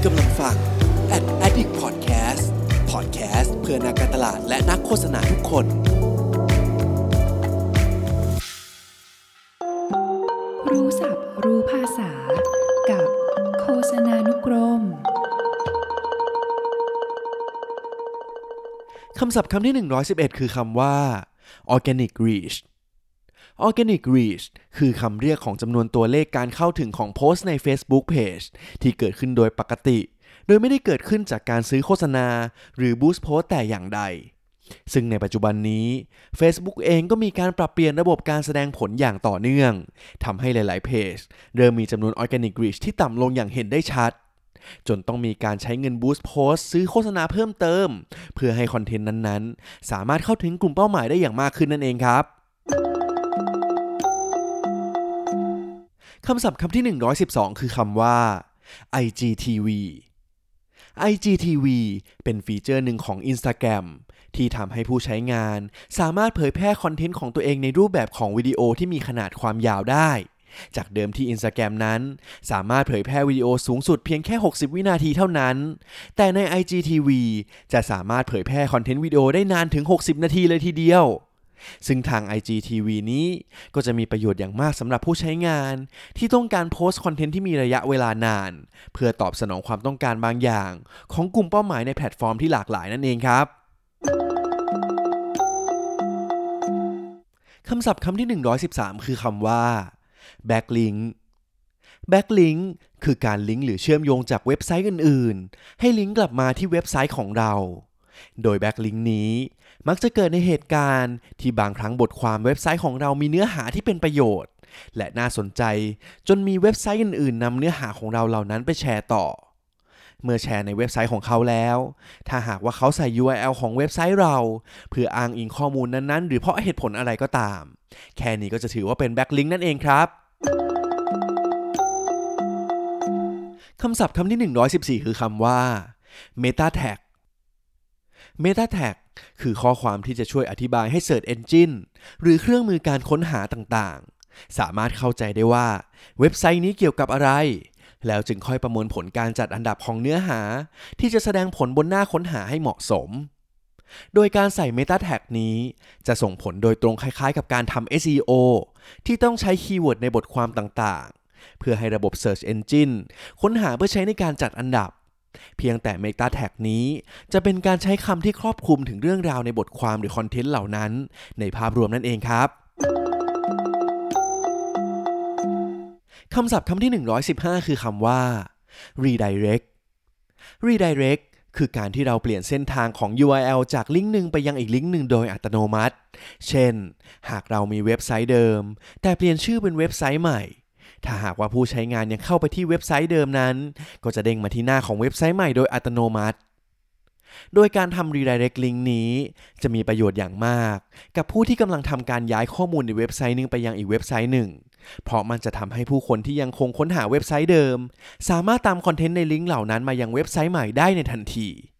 กำลังฟัง Addict Podcast Podcast เพื่อนักการตลาดและนักโฆษณาทุกคนรู้ศัพท์รู้ภาษากับโฆษณานุกรมคำศัพท์คำที่111คือคำว่า Organic Reach Organic Reach คือคำเรียกของจำนวนตัวเลขการเข้าถึงของโพสต์ใน Facebook Page ที่เกิดขึ้นโดยปกติโดยไม่ได้เกิดขึ้นจากการซื้อโฆษณาหรือ Boost Post แต่อย่างใดซึ่งในปัจจุบันนี้ Facebook เองก็มีการปรับเปลี่ยนระบบการแสดงผลอย่างต่อเนื่องทำให้หลายๆเพจเริ่มมีจำนวน Organic Reach ที่ต่ำลงอย่างเห็นได้ชัดจนต้องมีการใช้เงิน Boost Post ซื้อโฆษณาเพิ่มเติมเพื่อให้คอนเทนต์นั้นๆสามารถเข้าถึงกลุ่มเป้าหมายได้อย่างมากขึ้นนั่นเองครับคำศัพท์คำที่112คือคำว่า IGTV IGTV เป็นฟีเจอร์หนึ่งของ Instagram ที่ทำให้ผู้ใช้งานสามารถเผยแพร่คอนเทนต์ของตัวเองในรูปแบบของวิดีโอที่มีขนาดความยาวได้จากเดิมที่ Instagram นั้นสามารถเผยแพร่วิดีโอสูงสุดเพียงแค่60วินาทีเท่านั้นแต่ใน IGTV จะสามารถเผยแพร่คอนเทนต์วิดีโอได้นานถึง60นาทีเลยทีเดียวซึ่งทาง IGTV นี้ก็จะมีประโยชน์อย่างมากสำหรับผู้ใช้งานที่ต้องการโพสต์คอนเทนต์ที่มีระยะเวลานานเพื่อตอบสนองความต้องการบางอย่างของกลุ่มเป้าหมายในแพลตฟอร์มที่หลากหลายนั่นเองครับคำศัพท์คำที่113คือคำว่า Backlink Backlink คือการลิงก์หรือเชื่อมโยงจากเว็บไซต์อื่นๆให้ลิงก์กลับมาที่เว็บไซต์ของเราโดย Backlink นี้มักจะเกิดในเหตุการณ์ที่บางครั้งบทความเว็บไซต์ของเรามีเนื้อหาที่เป็นประโยชน์และน่าสนใจจนมีเว็บไซต์อื่นๆนำเนื้อหาของเราเหล่านั้นไปแชร์ต่อเมื่อแชร์ในเว็บไซต์ของเขาแล้วถ้าหากว่าเขาใส่ URL ของเว็บไซต์เราเพื่ออ้างอิงข้อมูลนั้นๆหรือเพราะเหตุผลอะไรก็ตามแค่นี้ก็จะถือว่าเป็น Backlink นั่นเองครับคำศัพท์คำที่114คือคำว่า Meta Tag Meta Tag คือข้อความที่จะช่วยอธิบายให้ Search Engine หรือเครื่องมือการค้นหาต่างๆสามารถเข้าใจได้ว่าเว็บไซต์นี้เกี่ยวกับอะไรแล้วจึงค่อยประมวลผลการจัดอันดับของเนื้อหาที่จะแสดงผลบนหน้าค้นหาให้เหมาะสมโดยการใส่ Meta Tag นี้จะส่งผลโดยตรงคล้ายๆกับการทำ SEO ที่ต้องใช้คีย์เวิร์ดในบทความต่างๆเพื่อให้ระบบ Search Engine ค้นหาเพื่อใช้ในการจัดอันดับเพียงแต่ Meta Tag นี้จะเป็นการใช้คำที่ครอบคลุมถึงเรื่องราวในบทความหรือคอนเทนต์เหล่านั้นในภาพรวมนั่นเองครับคำศัพท์คำที่115คือคำว่า Redirect Redirect คือการที่เราเปลี่ยนเส้นทางของ URL จากลิงก์หนึ่งไปยังอีกลิงก์หนึ่งโดยอัตโนมัติเช่นหากเรามีเว็บไซต์เดิมแต่เปลี่ยนชื่อเป็นเว็บไซต์ใหม่ถ้าหากว่าผู้ใช้งานยังเข้าไปที่เว็บไซต์เดิมนั้นก็จะเด้งมาที่หน้าของเว็บไซต์ใหม่โดยอัตโนมัติโดยการทำ Redirect Link นี้จะมีประโยชน์อย่างมากกับผู้ที่กำลังทำการย้ายข้อมูลในเว็บไซต์นึงไปยังอีกเว็บไซต์หนึ่งเพราะมันจะทำให้ผู้คนที่ยังคงค้นหาเว็บไซต์เดิมสามารถตามคอนเทนต์ในลิงก์เหล่านั้นมายังเว็บไซต์ใหม่ได้ในทันที